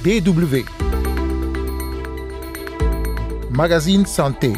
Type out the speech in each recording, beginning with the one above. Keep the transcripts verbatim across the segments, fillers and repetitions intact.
D W. Magazine Santé.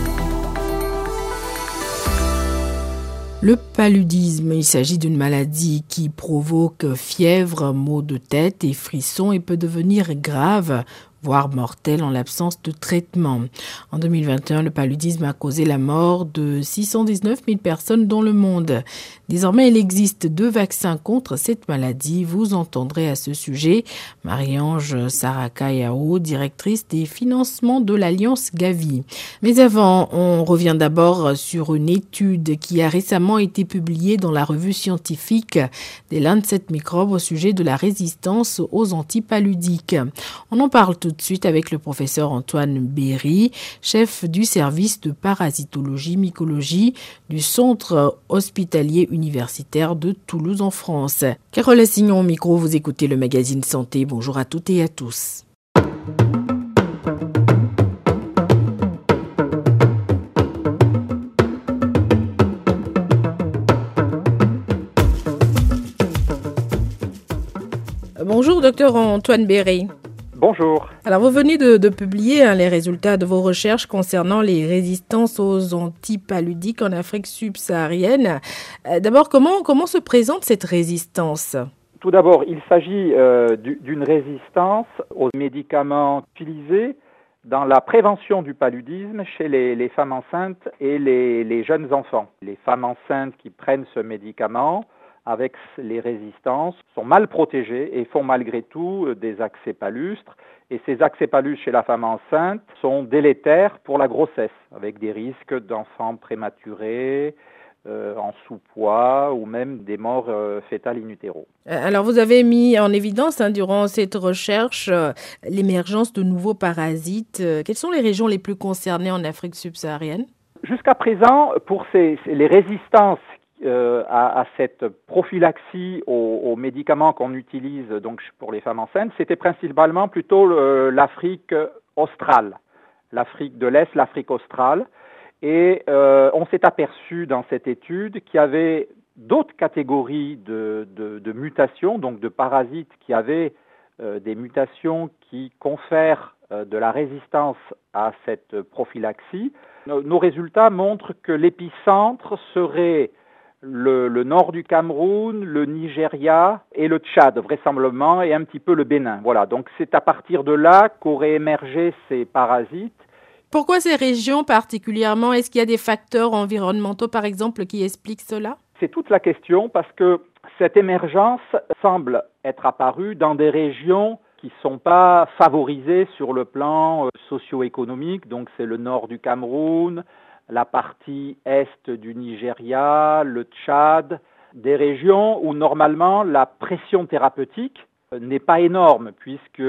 Le paludisme, il s'agit d'une maladie qui provoque fièvre, maux de tête et frissons et peut devenir grave, voire mortel en l'absence de traitement. En deux mille vingt et un, le paludisme a causé la mort de six cent dix-neuf mille personnes dans le monde. Désormais, il existe deux vaccins contre cette maladie. Vous entendrez à ce sujet Marie-Ange Saraka-Yao, directrice des financements de l'Alliance Gavi. Mais avant, on revient d'abord sur une étude qui a récemment été publiée dans la revue scientifique des Lancet Microbes au sujet de la résistance aux antipaludiques. On en parle tout de suite avec le professeur Antoine Berry, chef du service de parasitologie-mycologie du centre hospitalier universitaire de Toulouse en France. Carole Assignon au micro, vous écoutez le magazine Santé. Bonjour à toutes et à tous. Bonjour docteur Antoine Berry. Bonjour. Alors vous venez de, de publier hein, les résultats de vos recherches concernant les résistances aux antipaludiques en Afrique subsaharienne. Euh, d'abord, comment, comment se présente cette résistance ? Tout d'abord, il s'agit euh, d'une résistance aux médicaments utilisés dans la prévention du paludisme chez les, les femmes enceintes et les, les jeunes enfants. Les femmes enceintes qui prennent ce médicament avec les résistances, sont mal protégées et font malgré tout des accès palustres. Et ces accès palustres chez la femme enceinte sont délétères pour la grossesse, avec des risques d'enfants prématurés, euh, en sous-poids ou même des morts euh, fœtales in utero. Alors vous avez mis en évidence hein, durant cette recherche euh, l'émergence de nouveaux parasites. Euh, quelles sont les régions les plus concernées en Afrique subsaharienne ? Jusqu'à présent, pour ces, les résistances Euh, à, à cette prophylaxie aux, aux médicaments qu'on utilise donc pour les femmes enceintes, c'était principalement plutôt le, l'Afrique australe, l'Afrique de l'Est, l'Afrique australe. Et euh, on s'est aperçu dans cette étude qu'il y avait d'autres catégories de, de, de mutations, donc de parasites qui avaient euh, des mutations qui confèrent euh, de la résistance à cette prophylaxie. Nos, nos résultats montrent que l'épicentre serait Le, le nord du Cameroun, le Nigeria et le Tchad, vraisemblablement, et un petit peu le Bénin. Voilà, donc c'est à partir de là qu'auraient émergé ces parasites. Pourquoi ces régions particulièrement ? Est-ce qu'il y a des facteurs environnementaux, par exemple, qui expliquent cela ? C'est toute la question parce que cette émergence semble être apparue dans des régions qui ne sont pas favorisées sur le plan socio-économique. Donc c'est le nord du Cameroun, la partie est du Nigeria, le Tchad, des régions où normalement la pression thérapeutique n'est pas énorme puisque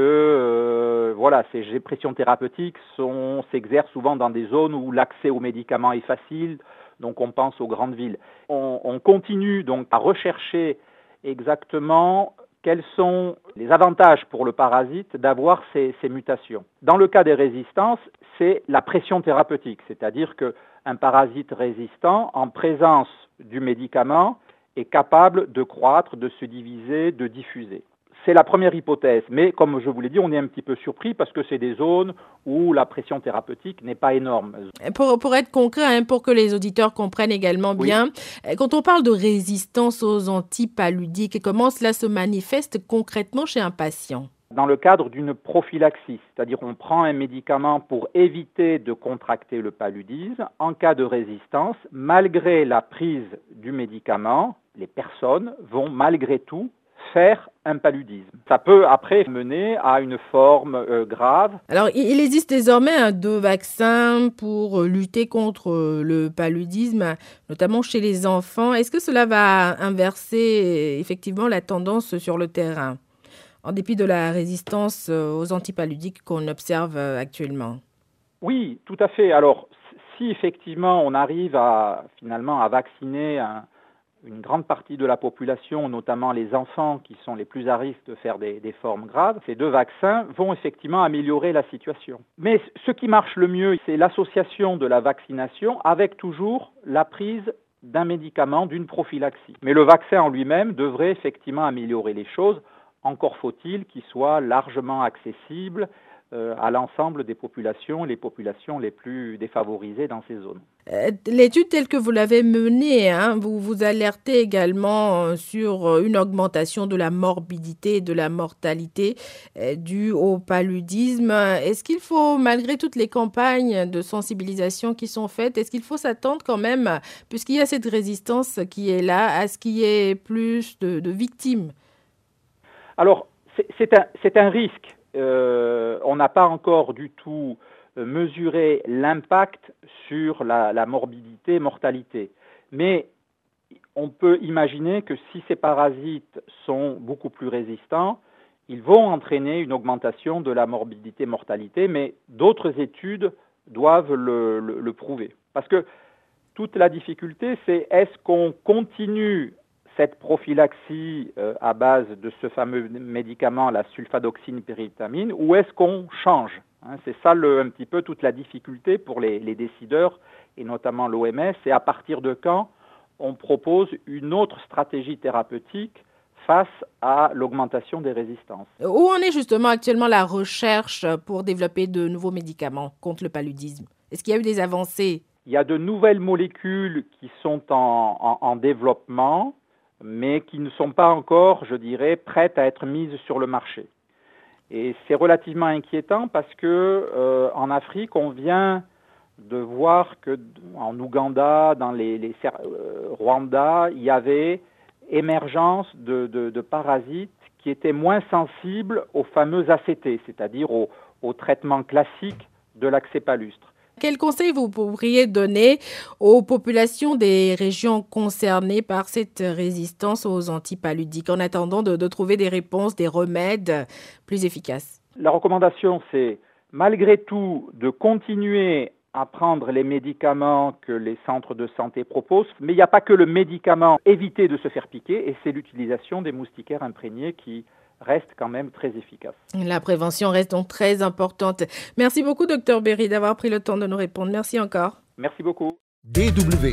euh, voilà, ces pressions thérapeutiques sont, s'exercent souvent dans des zones où l'accès aux médicaments est facile, donc on pense aux grandes villes. On, on continue donc à rechercher exactement quels sont les avantages pour le parasite d'avoir ces, ces mutations. Dans le cas des résistances, c'est la pression thérapeutique, c'est-à-dire qu'un parasite résistant, en présence du médicament, est capable de croître, de se diviser, de diffuser. C'est la première hypothèse, mais comme je vous l'ai dit, on est un petit peu surpris parce que c'est des zones où la pression thérapeutique n'est pas énorme. Pour, pour être concret, hein, pour que les auditeurs comprennent également bien, oui. Quand on parle de résistance aux antipaludiques, comment cela se manifeste concrètement chez un patient ? Dans le cadre d'une prophylaxie, c'est-à-dire on prend un médicament pour éviter de contracter le paludisme. En cas de résistance, malgré la prise du médicament, les personnes vont malgré tout faire un paludisme. Ça peut après mener à une forme euh, grave. Alors, il existe désormais hein, deux vaccins pour lutter contre le paludisme, notamment chez les enfants. Est-ce que cela va inverser effectivement la tendance sur le terrain, en dépit de la résistance aux antipaludiques qu'on observe actuellement ? Oui, tout à fait. Alors, si effectivement on arrive à finalement à vacciner un une grande partie de la population, notamment les enfants qui sont les plus à risque de faire des, des formes graves, ces deux vaccins vont effectivement améliorer la situation. Mais ce qui marche le mieux, c'est l'association de la vaccination avec toujours la prise d'un médicament, d'une prophylaxie. Mais le vaccin en lui-même devrait effectivement améliorer les choses Encore faut-il qu'il soit largement accessible euh, à l'ensemble des populations, les populations les plus défavorisées dans ces zones. L'étude telle que vous l'avez menée, hein, vous vous alertez également sur une augmentation de la morbidité et de la mortalité euh, due au paludisme. Est-ce qu'il faut, malgré toutes les campagnes de sensibilisation qui sont faites, est-ce qu'il faut s'attendre quand même, puisqu'il y a cette résistance qui est là, à ce qu'il y ait plus de, de victimes? Alors, c'est, c'est, un, c'est un risque. Euh, on n'a pas encore du tout mesurer l'impact sur la, la morbidité et mortalité. Mais on peut imaginer que si ces parasites sont beaucoup plus résistants, ils vont entraîner une augmentation de la morbidité et mortalité, mais d'autres études doivent le, le, le prouver. Parce que toute la difficulté, c'est est-ce qu'on continue cette prophylaxie euh, à base de ce fameux médicament, la sulfadoxine pyritamine, ou est-ce qu'on change? Hein, c'est ça le, un petit peu toute la difficulté pour les, les décideurs, et notamment l'O M S, c'est à partir de quand on propose une autre stratégie thérapeutique face à l'augmentation des résistances. Où en est justement actuellement la recherche pour développer de nouveaux médicaments contre le paludisme? Est-ce qu'il y a eu des avancées? Il y a de nouvelles molécules qui sont en, en, en développement, mais qui ne sont pas encore, je dirais, prêtes à être mises sur le marché. Et c'est relativement inquiétant parce que euh, en Afrique, on vient de voir que en Ouganda, dans les, les euh, Rwanda, il y avait émergence de, de, de parasites qui étaient moins sensibles aux fameux A C T, c'est-à-dire au, au traitement classique de l'accès palustre. Quel conseil vous pourriez donner aux populations des régions concernées par cette résistance aux antipaludiques en attendant de, de trouver des réponses, des remèdes plus efficaces? La recommandation, c'est malgré tout de continuer à prendre les médicaments que les centres de santé proposent, mais il n'y a pas que le médicament, éviter de se faire piquer, et c'est l'utilisation des moustiquaires imprégnés qui reste quand même très efficace. La prévention reste donc très importante. Merci beaucoup, docteur Berry, d'avoir pris le temps de nous répondre. Merci encore. Merci beaucoup. D W.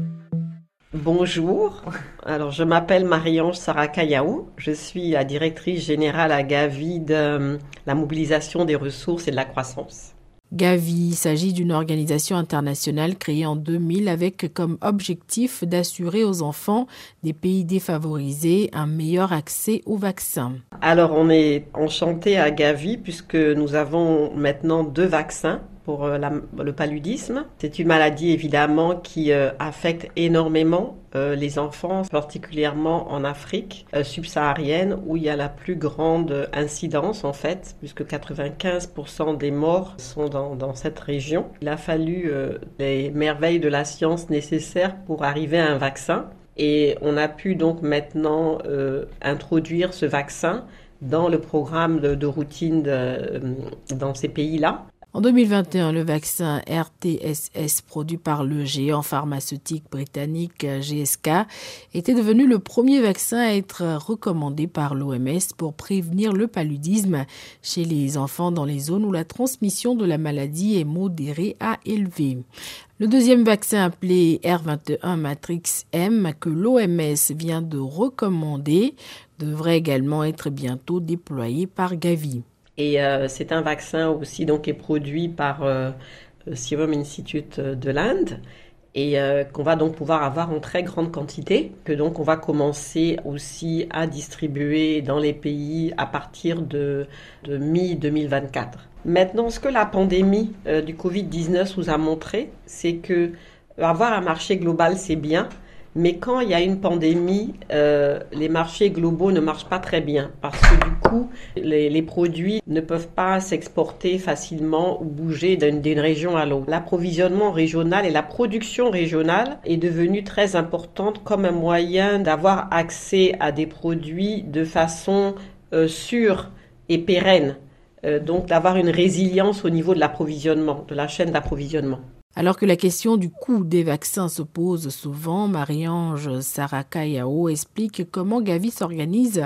Bonjour, alors je m'appelle Marie-Ange Sarakayaou, je suis la directrice générale à Gavi de la mobilisation des ressources et de la croissance. Gavi, il s'agit d'une organisation internationale créée en deux mille avec comme objectif d'assurer aux enfants des pays défavorisés un meilleur accès aux vaccins. Alors on est enchanté à Gavi puisque nous avons maintenant deux vaccins pour la, le paludisme. C'est une maladie évidemment qui euh, affecte énormément euh, les enfants, particulièrement en Afrique euh, subsaharienne où il y a la plus grande incidence en fait, puisque quatre-vingt-quinze pour cent des morts sont dans, dans cette région. Il a fallu euh, les merveilles de la science nécessaires pour arriver à un vaccin et on a pu donc maintenant euh, introduire ce vaccin dans le programme de, de routine de, euh, dans ces pays-là. En deux mille vingt et un, le vaccin R T S S produit par le géant pharmaceutique britannique G S K était devenu le premier vaccin à être recommandé par l'O M S pour prévenir le paludisme chez les enfants dans les zones où la transmission de la maladie est modérée à élevée. Le deuxième vaccin appelé R vingt et un Matrix M que l'O M S vient de recommander devrait également être bientôt déployé par Gavi. Et euh, c'est un vaccin aussi donc qui est produit par euh, Serum Institute de l'Inde et euh, qu'on va donc pouvoir avoir en très grande quantité, que donc on va commencer aussi à distribuer dans les pays à partir de, de mi deux mille vingt-quatre. Maintenant, ce que la pandémie euh, du covid dix-neuf nous a montré, c'est que avoir un marché global, c'est bien. Mais quand il y a une pandémie, euh, les marchés globaux ne marchent pas très bien parce que du coup, les, les produits ne peuvent pas s'exporter facilement ou bouger d'une, d'une région à l'autre. L'approvisionnement régional et la production régionale est devenue très importante comme un moyen d'avoir accès à des produits de façon euh, sûre et pérenne. Euh, donc d'avoir une résilience au niveau de l'approvisionnement, de la chaîne d'approvisionnement. Alors que la question du coût des vaccins se pose souvent, Marie-Ange Sarakayaou explique comment Gavi s'organise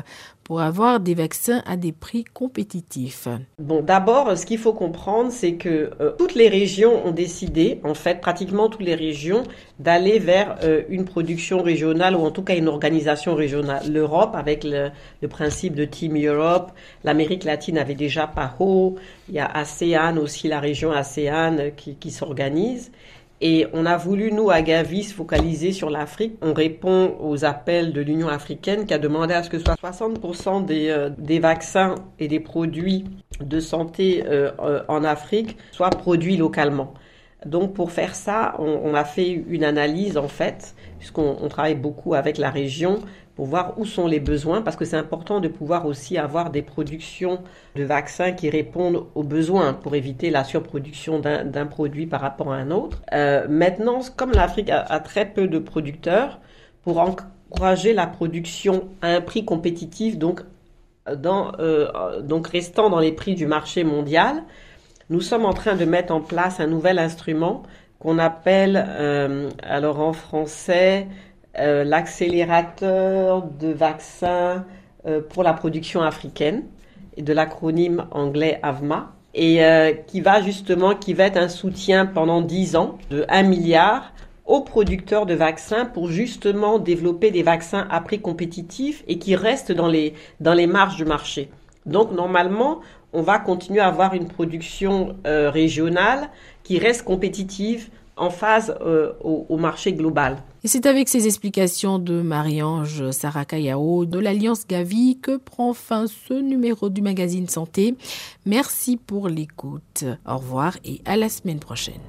pour avoir des vaccins à des prix compétitifs? Bon, d'abord, ce qu'il faut comprendre, c'est que euh, toutes les régions ont décidé, en fait, pratiquement toutes les régions, d'aller vers euh, une production régionale ou en tout cas une organisation régionale. L'Europe, avec le, le principe de Team Europe, l'Amérique latine avait déjà P A H O, il y a ASEAN aussi, la région ASEAN qui, qui s'organise. Et on a voulu, nous, à Gavi, se focaliser sur l'Afrique. On répond aux appels de l'Union africaine qui a demandé à ce que soit soixante pour cent des, euh, des vaccins et des produits de santé euh, euh, en Afrique soient produits localement. Donc, pour faire ça, on, on a fait une analyse, en fait, puisqu'on on travaille beaucoup avec la région, pour voir où sont les besoins, parce que c'est important de pouvoir aussi avoir des productions de vaccins qui répondent aux besoins pour éviter la surproduction d'un, d'un produit par rapport à un autre. Euh, maintenant, comme l'Afrique a, a très peu de producteurs, pour encourager la production à un prix compétitif, donc, dans, euh, donc restant dans les prix du marché mondial, nous sommes en train de mettre en place un nouvel instrument qu'on appelle, euh, alors en français, Euh, l'accélérateur de vaccins euh, pour la production africaine, et de l'acronyme anglais A V M A, et euh, qui va justement, qui va être un soutien pendant dix ans de un milliard aux producteurs de vaccins pour justement développer des vaccins à prix compétitifs et qui restent dans les, dans les marges du marché. Donc normalement, on va continuer à avoir une production euh, régionale qui reste compétitive en phase euh, au, au marché global. Et c'est avec ces explications de Marie-Ange Sarakayao de l'Alliance Gavi que prend fin ce numéro du magazine Santé. Merci pour l'écoute. Au revoir et à la semaine prochaine.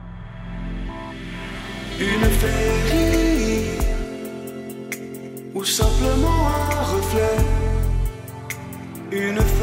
Une féerie ou simplement un reflet. Une